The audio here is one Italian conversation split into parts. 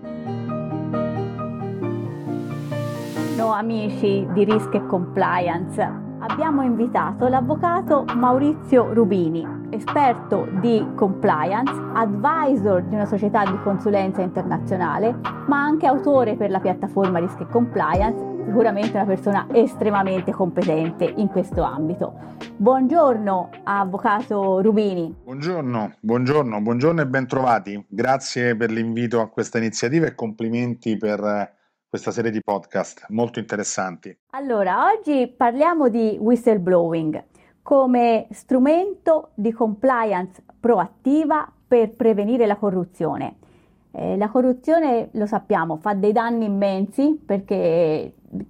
No, amici di Risk e Compliance, abbiamo invitato l'avvocato Maurizio Rubini, esperto di compliance, advisor di una società di consulenza internazionale, ma anche autore per la piattaforma Risk e Compliance, sicuramente una persona estremamente competente in questo ambito. Buongiorno, avvocato Rubini. Buongiorno e bentrovati. Grazie per l'invito a questa iniziativa e complimenti per questa serie di podcast molto interessanti. Allora, oggi parliamo di whistleblowing come strumento di compliance proattiva per prevenire la corruzione. La corruzione, lo sappiamo, fa dei danni immensi perché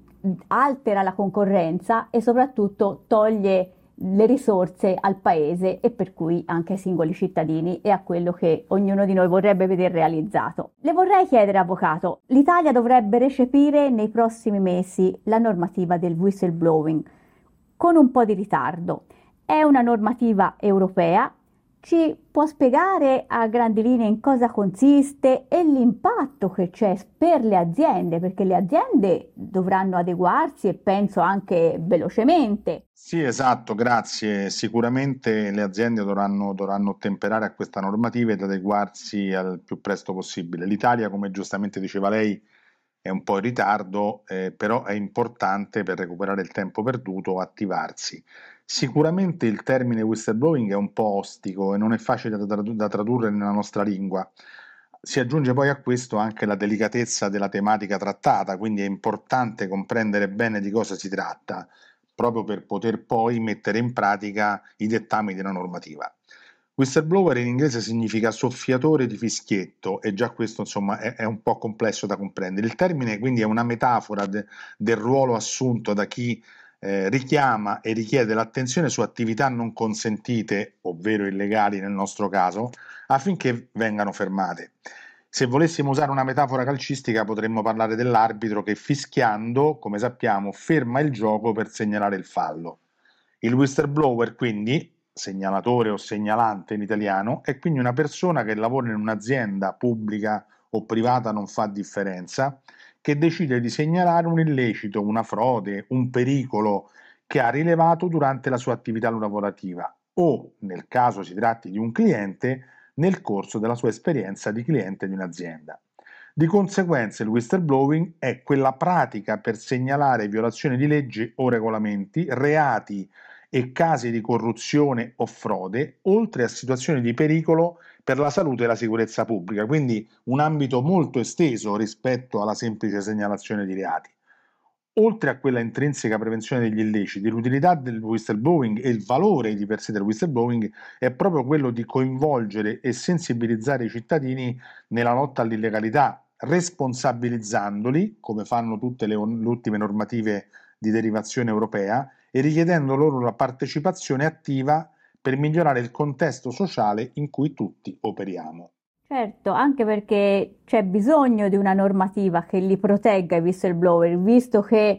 altera la concorrenza e soprattutto toglie le risorse al paese e per cui anche ai singoli cittadini e a quello che ognuno di noi vorrebbe vedere realizzato. Le vorrei chiedere, avvocato, l'Italia dovrebbe recepire nei prossimi mesi la normativa del whistleblowing con un po' di ritardo. È una normativa europea. Ci può spiegare a grandi linee in cosa consiste e l'impatto che c'è per le aziende, perché le aziende dovranno adeguarsi e penso anche velocemente. Sì, esatto, grazie. Sicuramente le aziende dovranno ottemperare a questa normativa ed adeguarsi al più presto possibile. L'Italia, come giustamente diceva lei, è un po' in ritardo, però è importante per recuperare il tempo perduto attivarsi. Sicuramente il termine whistleblowing è un po' ostico e non è facile da tradurre nella nostra lingua. Si aggiunge poi a questo anche la delicatezza della tematica trattata, quindi è importante comprendere bene di cosa si tratta, proprio per poter poi mettere in pratica i dettami della normativa. Whistleblower in inglese significa soffiatore di fischietto e già questo insomma è un po' complesso da comprendere. Il termine quindi è una metafora del ruolo assunto da chi richiama e richiede l'attenzione su attività non consentite, ovvero illegali nel nostro caso, affinché vengano fermate. Se volessimo usare una metafora calcistica potremmo parlare dell'arbitro che fischiando, come sappiamo, ferma il gioco per segnalare il fallo. Il whistleblower, quindi, segnalatore o segnalante in italiano, è quindi una persona che lavora in un'azienda pubblica o privata, non fa differenza, che decide di segnalare un illecito, una frode, un pericolo che ha rilevato durante la sua attività lavorativa o, nel caso si tratti di un cliente, nel corso della sua esperienza di cliente di un'azienda. Di conseguenza il whistleblowing è quella pratica per segnalare violazioni di leggi o regolamenti, reati e casi di corruzione o frode, oltre a situazioni di pericolo per la salute e la sicurezza pubblica, quindi un ambito molto esteso rispetto alla semplice segnalazione di reati. Oltre a quella intrinseca prevenzione degli illeciti, l'utilità del whistleblowing e il valore di per sé del whistleblowing è proprio quello di coinvolgere e sensibilizzare i cittadini nella lotta all'illegalità, responsabilizzandoli, come fanno tutte le ultime normative di derivazione europea, e richiedendo loro la partecipazione attiva per migliorare il contesto sociale in cui tutti operiamo. Certo, anche perché c'è bisogno di una normativa che li protegga i whistleblower, visto che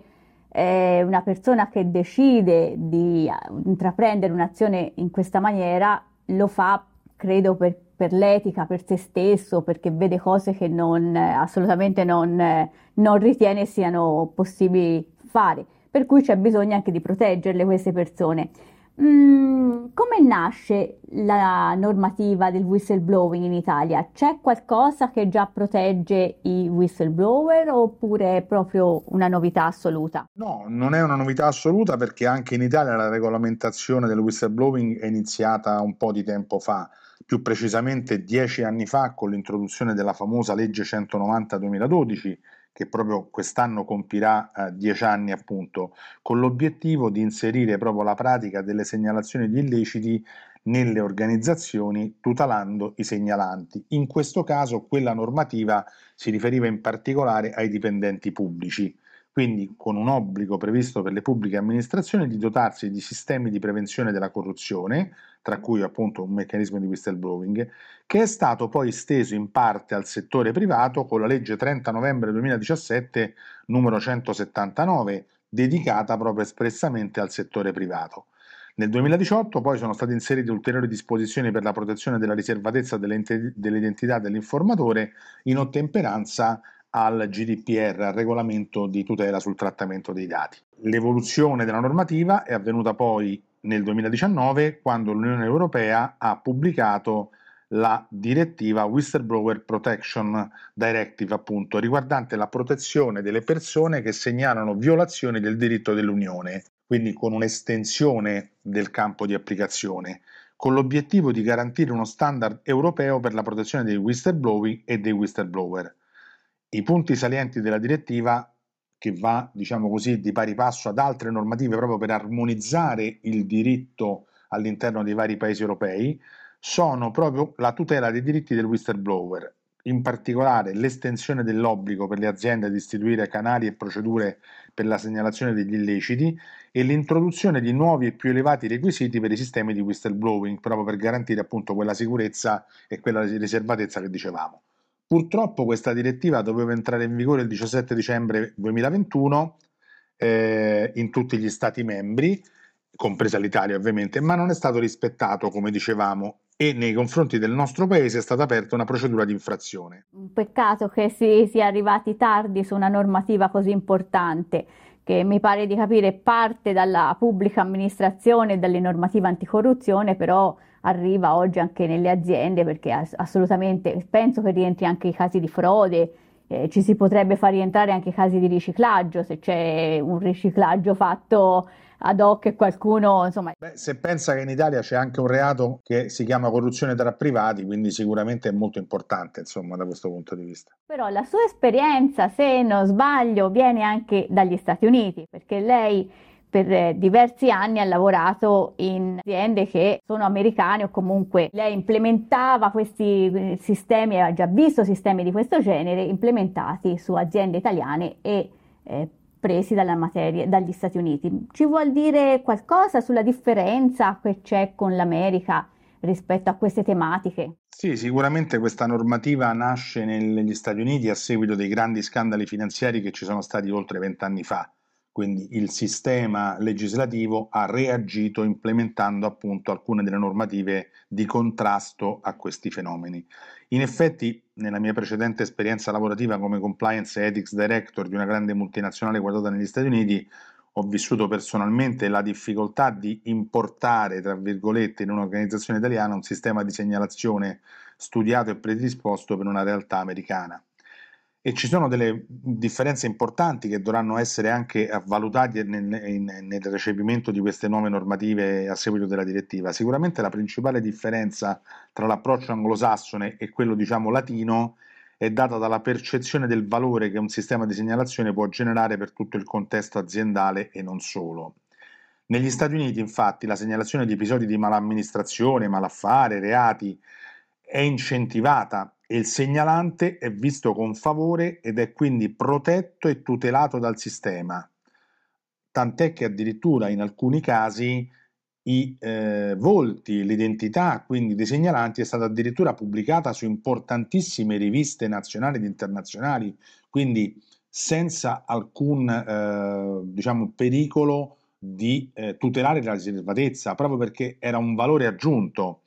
una persona che decide di intraprendere un'azione in questa maniera lo fa, credo, per l'etica, per se stesso, perché vede cose che assolutamente non ritiene siano possibili fare. Per cui c'è bisogno anche di proteggerle queste persone. Come nasce la normativa del whistleblowing in Italia? C'è qualcosa che già protegge i whistleblower oppure è proprio una novità assoluta? No, non è una novità assoluta perché anche in Italia la regolamentazione del whistleblowing è iniziata un po' di tempo fa, più precisamente 10 anni fa con l'introduzione della famosa legge 190-2012 che proprio quest'anno compirà 10 anni appunto, con l'obiettivo di inserire proprio la pratica delle segnalazioni di illeciti nelle organizzazioni tutelando i segnalanti. In questo caso quella normativa si riferiva in particolare ai dipendenti pubblici, quindi con un obbligo previsto per le pubbliche amministrazioni di dotarsi di sistemi di prevenzione della corruzione, tra cui appunto un meccanismo di whistleblowing, che è stato poi esteso in parte al settore privato con la legge 30 novembre 2017 numero 179, dedicata proprio espressamente al settore privato. Nel 2018 poi sono state inserite ulteriori disposizioni per la protezione della riservatezza dell'identità dell'informatore in ottemperanza al GDPR, al regolamento di tutela sul trattamento dei dati. L'evoluzione della normativa è avvenuta poi nel 2019 quando l'Unione Europea ha pubblicato la direttiva Whistleblower Protection Directive, appunto, riguardante la protezione delle persone che segnalano violazioni del diritto dell'Unione, quindi con un'estensione del campo di applicazione, con l'obiettivo di garantire uno standard europeo per la protezione dei whistleblowing e dei whistleblower. I punti salienti della direttiva, che va, diciamo così, di pari passo ad altre normative proprio per armonizzare il diritto all'interno dei vari paesi europei, sono proprio la tutela dei diritti del whistleblower, in particolare l'estensione dell'obbligo per le aziende di istituire canali e procedure per la segnalazione degli illeciti e l'introduzione di nuovi e più elevati requisiti per i sistemi di whistleblowing, proprio per garantire appunto quella sicurezza e quella riservatezza che dicevamo. Purtroppo questa direttiva doveva entrare in vigore il 17 dicembre 2021 in tutti gli Stati membri, compresa l'Italia ovviamente, ma non è stato rispettato, come dicevamo, e nei confronti del nostro paese è stata aperta una procedura di infrazione. Un peccato che si sia arrivati tardi su una normativa così importante, che mi pare di capire parte dalla pubblica amministrazione e dalle normative anticorruzione, però arriva oggi anche nelle aziende, perché assolutamente penso che rientri anche i casi di frode, ci si potrebbe far rientrare anche i casi di riciclaggio, se c'è un riciclaggio fatto ad hoc e qualcuno, insomma. Se pensa che in Italia c'è anche un reato che si chiama corruzione tra privati, quindi sicuramente è molto importante, insomma, da questo punto di vista. Però la sua esperienza, se non sbaglio, viene anche dagli Stati Uniti, perché lei per diversi anni ha lavorato in aziende che sono americane, o comunque lei implementava questi sistemi, aveva già visto sistemi di questo genere implementati su aziende italiane e presi dagli Stati Uniti. Ci vuol dire qualcosa sulla differenza che c'è con l'America rispetto a queste tematiche? Sì, sicuramente questa normativa nasce negli Stati Uniti a seguito dei grandi scandali finanziari che ci sono stati oltre 20 anni fa. Quindi il sistema legislativo ha reagito implementando appunto alcune delle normative di contrasto a questi fenomeni. In effetti, nella mia precedente esperienza lavorativa come Compliance Ethics Director di una grande multinazionale quotata negli Stati Uniti, ho vissuto personalmente la difficoltà di importare, tra virgolette, in un'organizzazione italiana un sistema di segnalazione studiato e predisposto per una realtà americana. E ci sono delle differenze importanti che dovranno essere anche valutate nel recepimento di queste nuove normative a seguito della direttiva. Sicuramente la principale differenza tra l'approccio anglosassone e quello, diciamo, latino è data dalla percezione del valore che un sistema di segnalazione può generare per tutto il contesto aziendale e non solo. Negli Stati Uniti, infatti, la segnalazione di episodi di malamministrazione, malaffare, reati è incentivata e il segnalante è visto con favore ed è quindi protetto e tutelato dal sistema, tant'è che addirittura in alcuni casi i volti, l'identità quindi dei segnalanti è stata addirittura pubblicata su importantissime riviste nazionali ed internazionali, quindi senza alcun diciamo pericolo di tutelare la riservatezza, proprio perché era un valore aggiunto.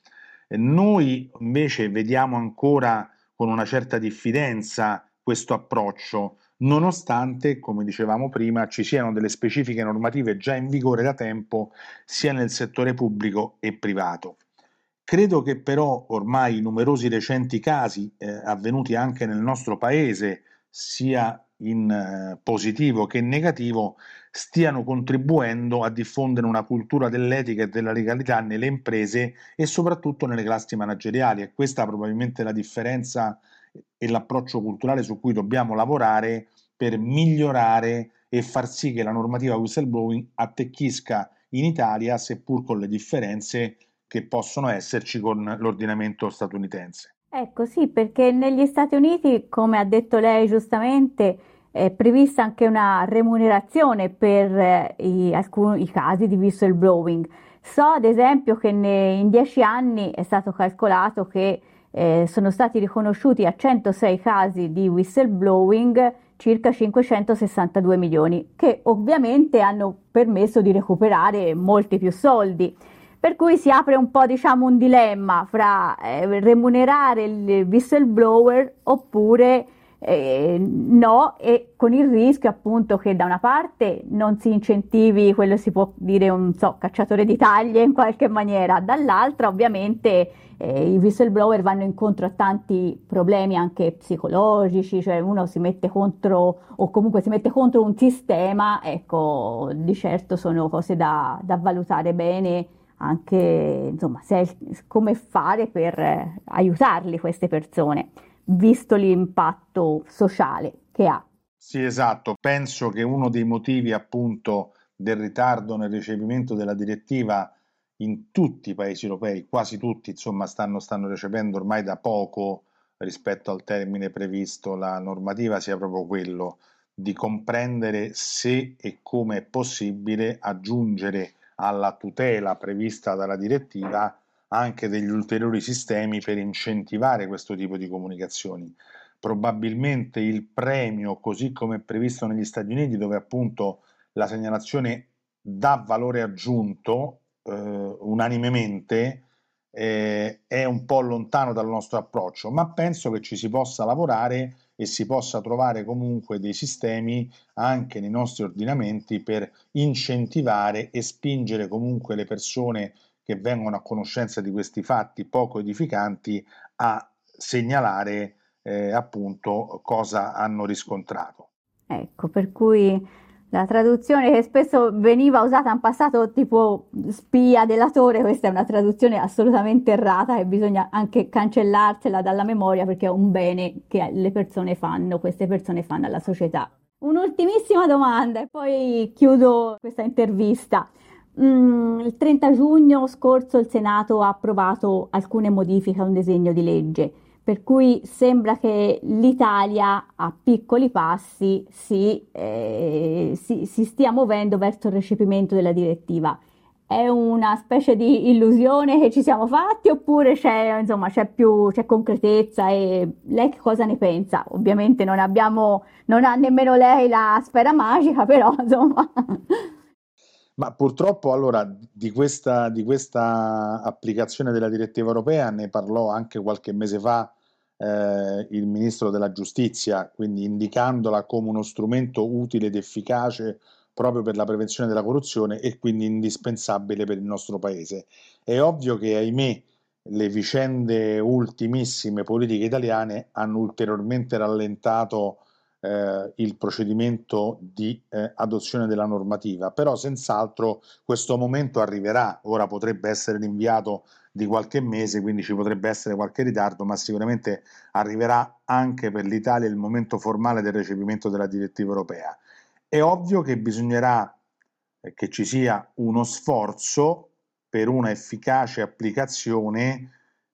Noi invece vediamo ancora con una certa diffidenza questo approccio, nonostante, come dicevamo prima, ci siano delle specifiche normative già in vigore da tempo sia nel settore pubblico e privato. Credo che però ormai i numerosi recenti casi avvenuti anche nel nostro paese, sia in positivo che in negativo, stiano contribuendo a diffondere una cultura dell'etica e della legalità nelle imprese e soprattutto nelle classi manageriali, e questa probabilmente è la differenza e l'approccio culturale su cui dobbiamo lavorare per migliorare e far sì che la normativa whistleblowing attecchisca in Italia, seppur con le differenze che possono esserci con l'ordinamento statunitense. Ecco, sì, perché negli Stati Uniti, come ha detto lei giustamente, è prevista anche una remunerazione per alcuni casi di whistleblowing. So ad esempio che in 10 anni è stato calcolato che sono stati riconosciuti a 106 casi di whistleblowing circa 562 milioni, che ovviamente hanno permesso di recuperare molti più soldi. Per cui si apre un po', diciamo, un dilemma fra remunerare il whistleblower oppure no, e con il rischio appunto che da una parte non si incentivi quello si può dire un cacciatore di taglie in qualche maniera, dall'altra ovviamente i whistleblower vanno incontro a tanti problemi anche psicologici, cioè uno si mette contro o comunque si mette contro un sistema, ecco, di certo sono cose da valutare bene anche, insomma, come fare per aiutarli queste persone, visto l'impatto sociale che ha. Sì, esatto. Penso che uno dei motivi appunto del ritardo nel recepimento della direttiva in tutti i paesi europei, quasi tutti, insomma, stanno recependo ormai da poco rispetto al termine previsto la normativa, sia proprio quello di comprendere se e come è possibile aggiungere alla tutela prevista dalla direttiva anche degli ulteriori sistemi per incentivare questo tipo di comunicazioni. Probabilmente il premio, così come è previsto negli Stati Uniti, dove appunto la segnalazione dà valore aggiunto unanimemente, è un po' lontano dal nostro approccio, ma penso che ci si possa lavorare e si possa trovare comunque dei sistemi anche nei nostri ordinamenti per incentivare e spingere comunque le persone che vengono a conoscenza di questi fatti poco edificanti a segnalare appunto cosa hanno riscontrato. Ecco, per cui la traduzione che spesso veniva usata in passato tipo spia, delatore, questa è una traduzione assolutamente errata e bisogna anche cancellarsela dalla memoria perché è un bene che le persone fanno, queste persone fanno alla società. Un'ultimissima domanda e poi chiudo questa intervista. Il 30 giugno scorso il Senato ha approvato alcune modifiche a un disegno di legge, per cui sembra che l'Italia a piccoli passi si stia muovendo verso il recepimento della direttiva. È una specie di illusione che ci siamo fatti oppure c'è concretezza e lei che cosa ne pensa? Ovviamente non ha nemmeno lei la sfera magica, però insomma. Ma purtroppo allora di questa applicazione della direttiva europea ne parlò anche qualche mese fa il ministro della giustizia, quindi indicandola come uno strumento utile ed efficace proprio per la prevenzione della corruzione e quindi indispensabile per il nostro paese. È ovvio che, ahimè, le vicende ultimissime politiche italiane hanno ulteriormente rallentato il procedimento di adozione della normativa, però senz'altro questo momento arriverà. Ora potrebbe essere rinviato di qualche mese, quindi ci potrebbe essere qualche ritardo, ma sicuramente arriverà anche per l'Italia il momento formale del recepimento della direttiva europea. È ovvio che bisognerà che ci sia uno sforzo per una efficace applicazione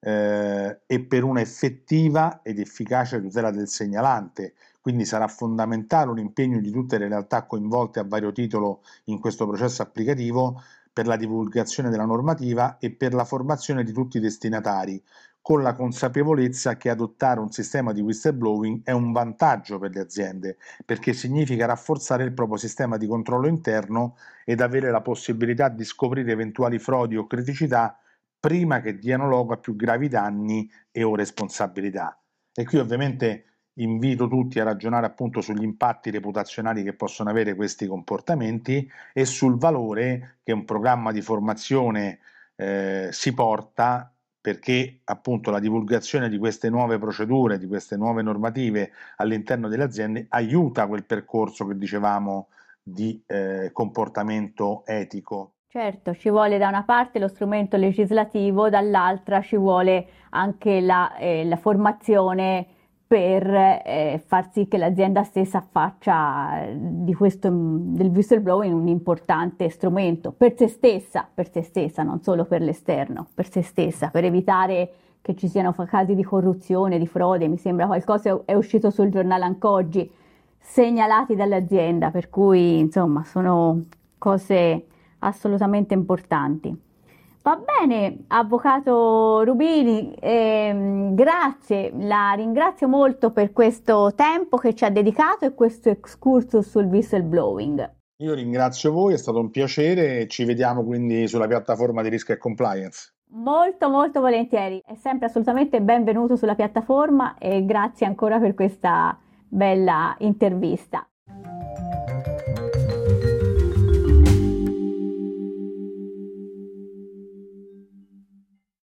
e per una effettiva ed efficace tutela del segnalante. Quindi sarà fondamentale un impegno di tutte le realtà coinvolte a vario titolo in questo processo applicativo per la divulgazione della normativa e per la formazione di tutti i destinatari, con la consapevolezza che adottare un sistema di whistleblowing è un vantaggio per le aziende, perché significa rafforzare il proprio sistema di controllo interno ed avere la possibilità di scoprire eventuali frodi o criticità prima che diano luogo a più gravi danni e o responsabilità. E qui ovviamente invito tutti a ragionare appunto sugli impatti reputazionali che possono avere questi comportamenti e sul valore che un programma di formazione si porta, perché appunto la divulgazione di queste nuove procedure, di queste nuove normative all'interno delle aziende aiuta quel percorso che dicevamo di comportamento etico. Certo, ci vuole da una parte lo strumento legislativo, dall'altra ci vuole anche la formazione per far sì che l'azienda stessa faccia del whistleblowing un importante strumento per se stessa, non solo per l'esterno, per se stessa, per evitare che ci siano casi di corruzione, di frode. Mi sembra qualcosa è uscito sul giornale anche oggi, segnalati dall'azienda, per cui insomma sono cose assolutamente importanti. Va bene, avvocato Rubini, grazie, la ringrazio molto per questo tempo che ci ha dedicato e questo excursus sul whistleblowing. Io ringrazio voi, è stato un piacere e ci vediamo quindi sulla piattaforma di Risk e Compliance. Molto molto volentieri, è sempre assolutamente benvenuto sulla piattaforma e grazie ancora per questa bella intervista.